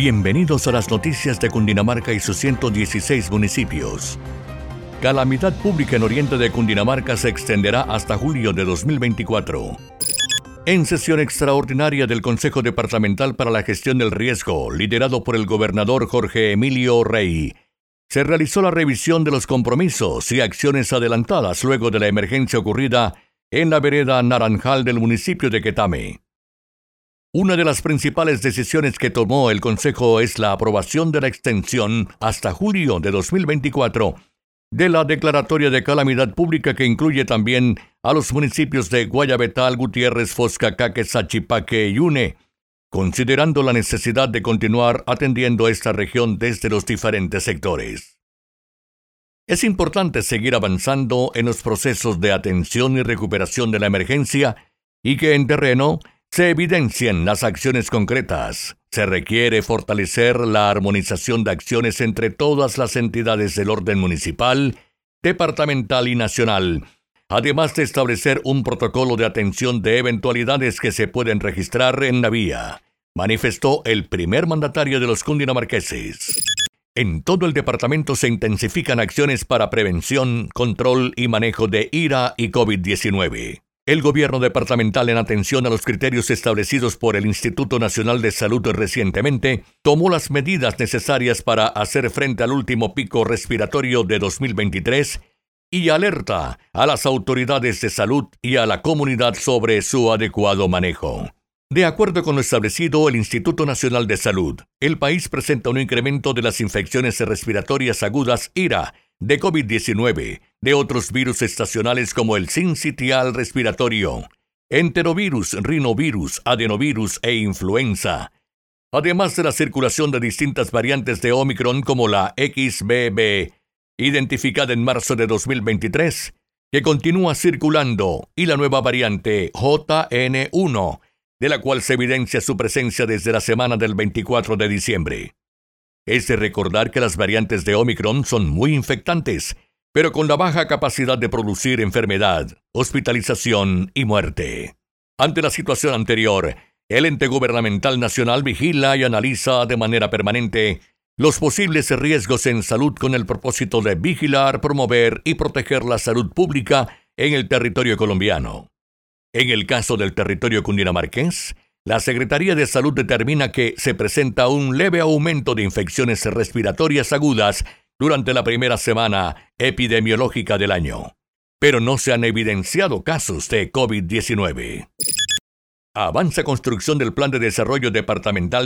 Bienvenidos a las noticias de Cundinamarca y sus 116 municipios. Calamidad pública en oriente de Cundinamarca se extenderá hasta julio de 2024. En sesión extraordinaria del Consejo Departamental para la Gestión del Riesgo, liderado por el gobernador Jorge Emilio Rey, se realizó la revisión de los compromisos y acciones adelantadas luego de la emergencia ocurrida en la vereda Naranjal del municipio de Quetame. Una de las principales decisiones que tomó el Consejo es la aprobación de la extensión hasta julio de 2024 de la declaratoria de calamidad pública, que incluye también a los municipios de Guayabetal, Gutiérrez, Foscacaque, Sachipaque y Une, considerando la necesidad de continuar atendiendo esta región desde los diferentes sectores. Es importante seguir avanzando en los procesos de atención y recuperación de la emergencia y que en terreno se evidencien las acciones concretas. Se requiere fortalecer la armonización de acciones entre todas las entidades del orden municipal, departamental y nacional, además de establecer un protocolo de atención de eventualidades que se pueden registrar en la vía, manifestó el primer mandatario de los cundinamarqueses. En todo el departamento se intensifican acciones para prevención, control y manejo de IRA y COVID-19. El gobierno departamental, en atención a los criterios establecidos por el Instituto Nacional de Salud recientemente, tomó las medidas necesarias para hacer frente al último pico respiratorio de 2023 y alerta a las autoridades de salud y a la comunidad sobre su adecuado manejo. De acuerdo con lo establecido, el Instituto Nacional de Salud, el país presenta un incremento de las infecciones respiratorias agudas IRA, de COVID-19, de otros virus estacionales como el sincitial respiratorio, enterovirus, rinovirus, adenovirus e influenza, además de la circulación de distintas variantes de Omicron como la XBB, identificada en marzo de 2023, que continúa circulando, y la nueva variante JN1, de la cual se evidencia su presencia desde la semana del 24 de diciembre. Es de recordar que las variantes de Omicron son muy infectantes, pero con la baja capacidad de producir enfermedad, hospitalización y muerte. Ante la situación anterior, el ente gubernamental nacional vigila y analiza de manera permanente los posibles riesgos en salud con el propósito de vigilar, promover y proteger la salud pública en el territorio colombiano. En el caso del territorio cundinamarqués, la Secretaría de Salud determina que se presenta un leve aumento de infecciones respiratorias agudas durante la primera semana epidemiológica del año, pero no se han evidenciado casos de COVID-19. Avanza construcción del Plan de Desarrollo Departamental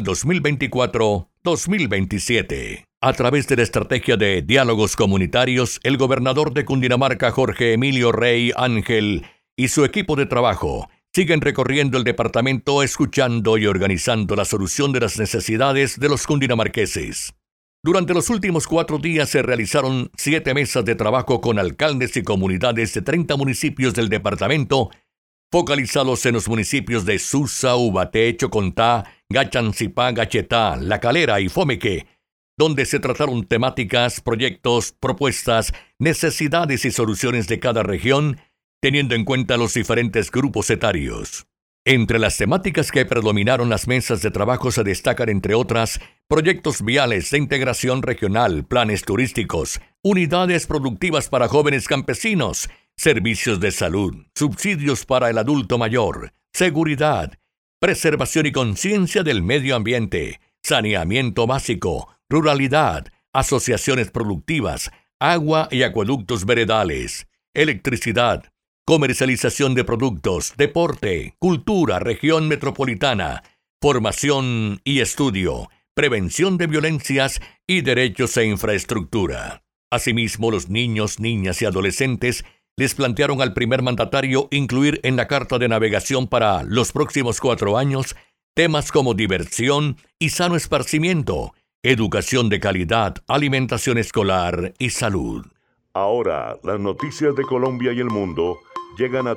2024-2027. A través de la estrategia de diálogos comunitarios, el gobernador de Cundinamarca, Jorge Emilio Rey Ángel, y su equipo de trabajo siguen recorriendo el departamento, escuchando y organizando la solución de las necesidades de los cundinamarqueses. Durante los últimos 4 días se realizaron 7 mesas de trabajo con alcaldes y comunidades de 30 municipios del departamento, focalizados en los municipios de Susa, Ubaté, Chocontá, Gachancipá, Gachetá, La Calera y Fomeque, donde se trataron temáticas, proyectos, propuestas, necesidades y soluciones de cada región, teniendo en cuenta los diferentes grupos etarios. Entre las temáticas que predominaron las mesas de trabajo se destacan, entre otras, proyectos viales de integración regional, planes turísticos, unidades productivas para jóvenes campesinos, servicios de salud, subsidios para el adulto mayor, seguridad, preservación y conciencia del medio ambiente, saneamiento básico, ruralidad, asociaciones productivas, agua y acueductos veredales, electricidad, comercialización de productos, deporte, cultura, región metropolitana, formación y estudio, prevención de violencias y derechos e infraestructura. Asimismo, los niños, niñas y adolescentes les plantearon al primer mandatario incluir en la carta de navegación para los próximos 4 años temas como diversión y sano esparcimiento, educación de calidad, alimentación escolar y salud. Ahora, las noticias de Colombia y el mundo llegan a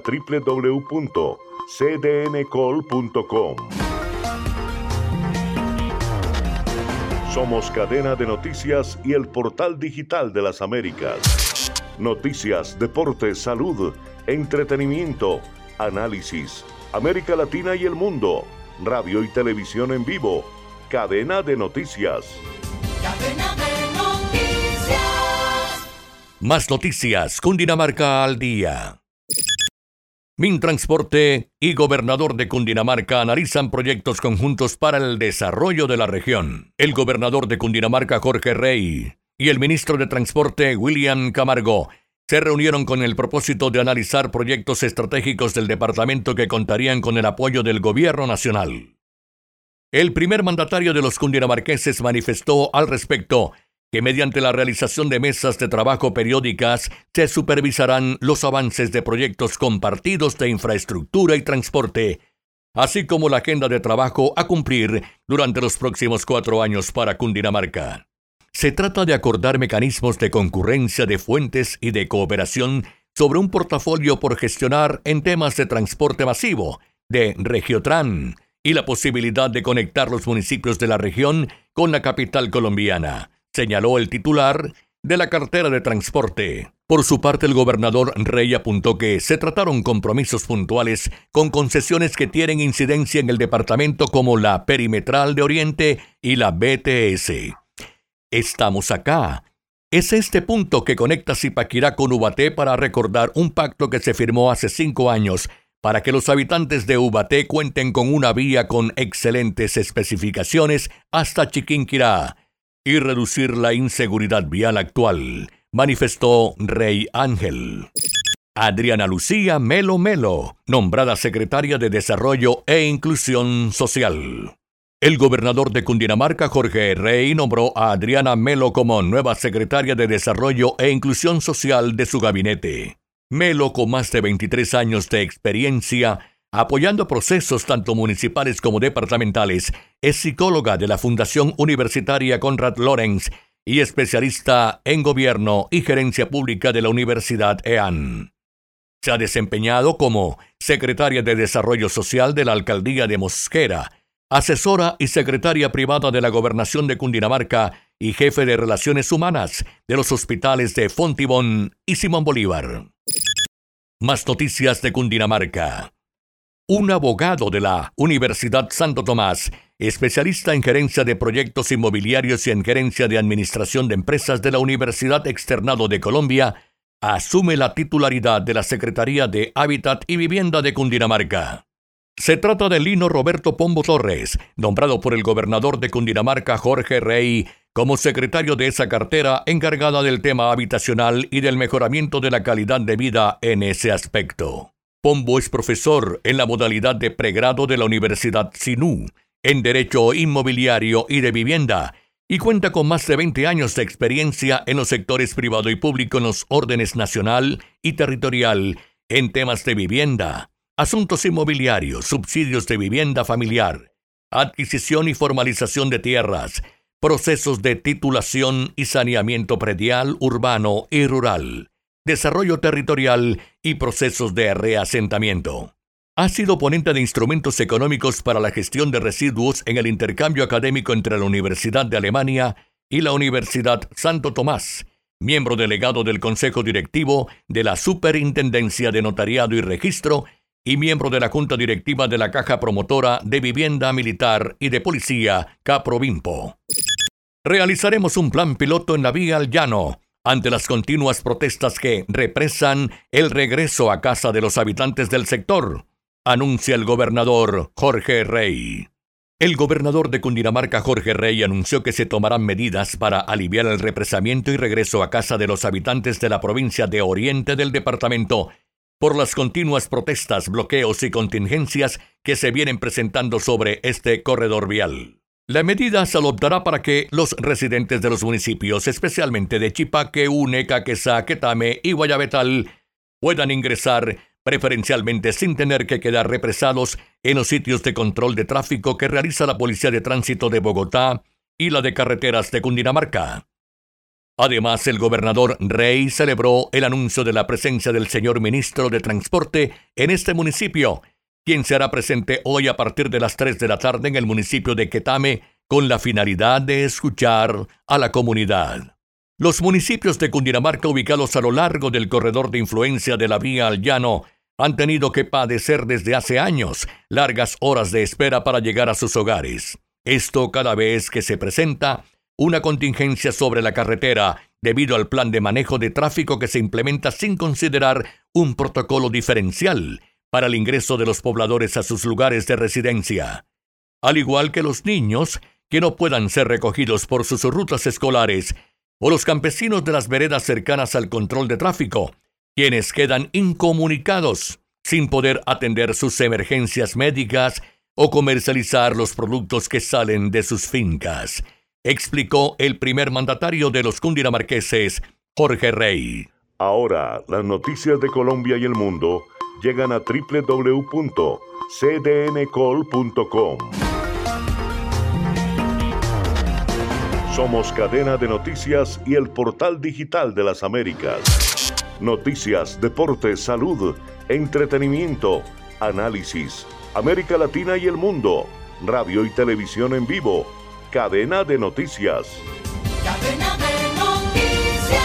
www.cdncol.com. Somos cadena de noticias y el portal digital de las Américas. Noticias, deportes, salud, entretenimiento, análisis, América Latina y el mundo, radio y televisión en vivo, Cadena de Noticias. Cadena de Noticias. Más noticias, Cundinamarca al día. Mintransporte y gobernador de Cundinamarca analizan proyectos conjuntos para el desarrollo de la región. El gobernador de Cundinamarca, Jorge Rey, y el ministro de Transporte, William Camargo, se reunieron con el propósito de analizar proyectos estratégicos del departamento que contarían con el apoyo del gobierno nacional. El primer mandatario de los cundinamarqueses manifestó al respecto que mediante la realización de mesas de trabajo periódicas se supervisarán los avances de proyectos compartidos de infraestructura y transporte, así como la agenda de trabajo a cumplir durante los próximos 4 años para Cundinamarca. Se trata de acordar mecanismos de concurrencia de fuentes y de cooperación sobre un portafolio por gestionar en temas de transporte masivo, de Regiotran, y la posibilidad de conectar los municipios de la región con la capital colombiana, señaló el titular de la cartera de transporte. Por su parte, el gobernador Rey apuntó que se trataron compromisos puntuales con concesiones que tienen incidencia en el departamento como la Perimetral de Oriente y la BTS. Estamos acá. Es este punto que conecta Zipaquirá con Ubaté para recordar un pacto que se firmó hace 5 años para que los habitantes de Ubaté cuenten con una vía con excelentes especificaciones hasta Chiquinquirá y reducir la inseguridad vial actual, manifestó Rey Ángel. Adriana Lucía Melo Melo, nombrada secretaria de Desarrollo e Inclusión Social. El gobernador de Cundinamarca, Jorge Rey, nombró a Adriana Melo como nueva secretaria de Desarrollo e Inclusión Social de su gabinete. Melo, con más de 23 años de experiencia, apoyando procesos tanto municipales como departamentales, es psicóloga de la Fundación Universitaria Konrad Lorenz y especialista en gobierno y gerencia pública de la Universidad EAN. Se ha desempeñado como secretaria de Desarrollo Social de la Alcaldía de Mosquera, asesora y secretaria privada de la Gobernación de Cundinamarca y jefe de Relaciones Humanas de los hospitales de Fontibón y Simón Bolívar. Más noticias de Cundinamarca. Un abogado de la Universidad Santo Tomás, especialista en gerencia de proyectos inmobiliarios y en gerencia de administración de empresas de la Universidad Externado de Colombia, asume la titularidad de la Secretaría de Hábitat y Vivienda de Cundinamarca. Se trata de Lino Roberto Pombo Torres, nombrado por el gobernador de Cundinamarca, Jorge Rey, como secretario de esa cartera encargada del tema habitacional y del mejoramiento de la calidad de vida en ese aspecto. Pombo es profesor en la modalidad de pregrado de la Universidad SINU, en Derecho Inmobiliario y de Vivienda, y cuenta con más de 20 años de experiencia en los sectores privado y público en los órdenes nacional y territorial en temas de vivienda, asuntos inmobiliarios, subsidios de vivienda familiar, adquisición y formalización de tierras, procesos de titulación y saneamiento predial, urbano y rural, desarrollo territorial y procesos de reasentamiento. Ha sido ponente de instrumentos económicos para la gestión de residuos en el intercambio académico entre la Universidad de Alemania y la Universidad Santo Tomás, miembro delegado del Consejo Directivo de la Superintendencia de Notariado y Registro y miembro de la Junta Directiva de la Caja Promotora de Vivienda Militar y de Policía, Caprovimpo. Realizaremos un plan piloto en la vía al llano, ante las continuas protestas que represan el regreso a casa de los habitantes del sector, anuncia el gobernador Jorge Rey. El gobernador de Cundinamarca, Jorge Rey, anunció que se tomarán medidas para aliviar el represamiento y regreso a casa de los habitantes de la provincia de Oriente del departamento por las continuas protestas, bloqueos y contingencias que se vienen presentando sobre este corredor vial. La medida se adoptará para que los residentes de los municipios, especialmente de Chipaque, Une, Caquezá, Quetame y Guayabetal, puedan ingresar preferencialmente sin tener que quedar represados en los sitios de control de tráfico que realiza la Policía de Tránsito de Bogotá y la de Carreteras de Cundinamarca. Además, el gobernador Rey celebró el anuncio de la presencia del señor ministro de Transporte en este municipio, quien se hará presente hoy a partir de las 3 de la tarde en el municipio de Quetame con la finalidad de escuchar a la comunidad. Los municipios de Cundinamarca ubicados a lo largo del corredor de influencia de la vía al llano han tenido que padecer desde hace años largas horas de espera para llegar a sus hogares. Esto cada vez que se presenta una contingencia sobre la carretera debido al plan de manejo de tráfico que se implementa sin considerar un protocolo diferencial para el ingreso de los pobladores a sus lugares de residencia, al igual que los niños que no puedan ser recogidos por sus rutas escolares o los campesinos de las veredas cercanas al control de tráfico, quienes quedan incomunicados sin poder atender sus emergencias médicas o comercializar los productos que salen de sus fincas, explicó el primer mandatario de los cundinamarqueses, Jorge Rey. Ahora, las noticias de Colombia y el mundo llegan a www.cdncol.com. Somos cadena de noticias y el portal digital de las Américas. Noticias, deportes, salud, entretenimiento, análisis, América Latina y el mundo, radio y televisión en vivo. Cadena de noticias. Cadena de noticias.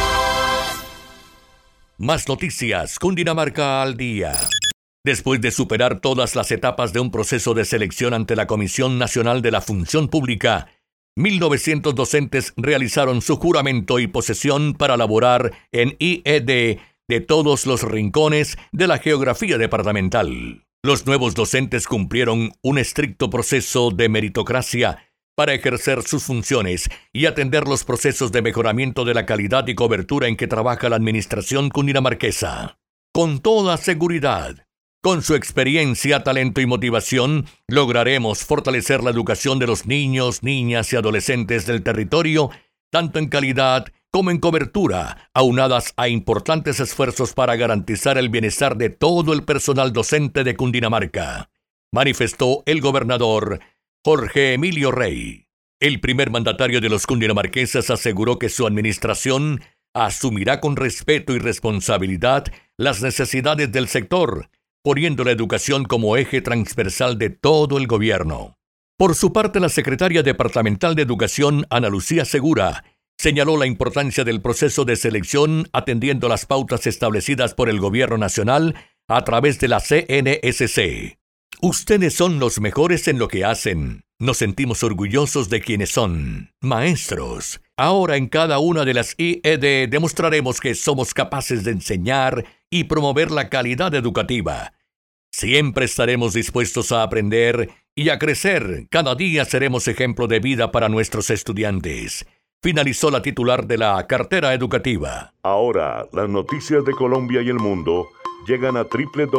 Más noticias, Cundinamarca al día. Después de superar todas las etapas de un proceso de selección ante la Comisión Nacional de la Función Pública, 1.900 docentes realizaron su juramento y posesión para laborar en IED de todos los rincones de la geografía departamental. Los nuevos docentes cumplieron un estricto proceso de meritocracia para ejercer sus funciones y atender los procesos de mejoramiento de la calidad y cobertura en que trabaja la administración cundinamarquesa. Con toda seguridad, con su experiencia, talento y motivación, lograremos fortalecer la educación de los niños, niñas y adolescentes del territorio, tanto en calidad como en cobertura, aunadas a importantes esfuerzos para garantizar el bienestar de todo el personal docente de Cundinamarca, manifestó el gobernador Jorge Emilio Rey. El primer mandatario de los cundinamarqueses aseguró que su administración asumirá con respeto y responsabilidad las necesidades del sector, poniendo la educación como eje transversal de todo el gobierno. Por su parte, la secretaria departamental de Educación, Ana Lucía Segura, señaló la importancia del proceso de selección atendiendo las pautas establecidas por el gobierno nacional a través de la CNSC. Ustedes son los mejores en lo que hacen. Nos sentimos orgullosos de quienes son. Maestros. Ahora en cada una de las IED demostraremos que somos capaces de enseñar y promover la calidad educativa. Siempre estaremos dispuestos a aprender y a crecer. Cada día seremos ejemplo de vida para nuestros estudiantes. Finalizó la titular de la cartera educativa. Ahora, las noticias de Colombia y el mundo llegan a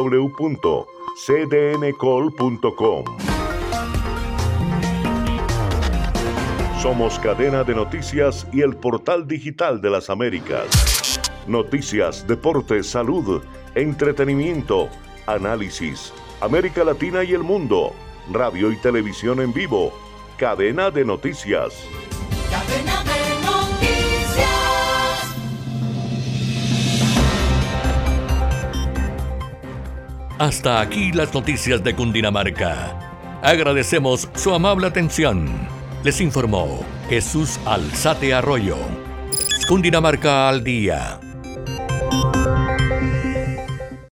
www.cdncol.com. Somos cadena de noticias y el portal digital de las Américas. Noticias, deportes, salud, entretenimiento, análisis, América Latina y el mundo, radio y televisión en vivo. Cadena de noticias. Cadena de noticias. Hasta aquí las noticias de Cundinamarca. Agradecemos su amable atención. Les informó Jesús Alzate Arroyo. Cundinamarca al día.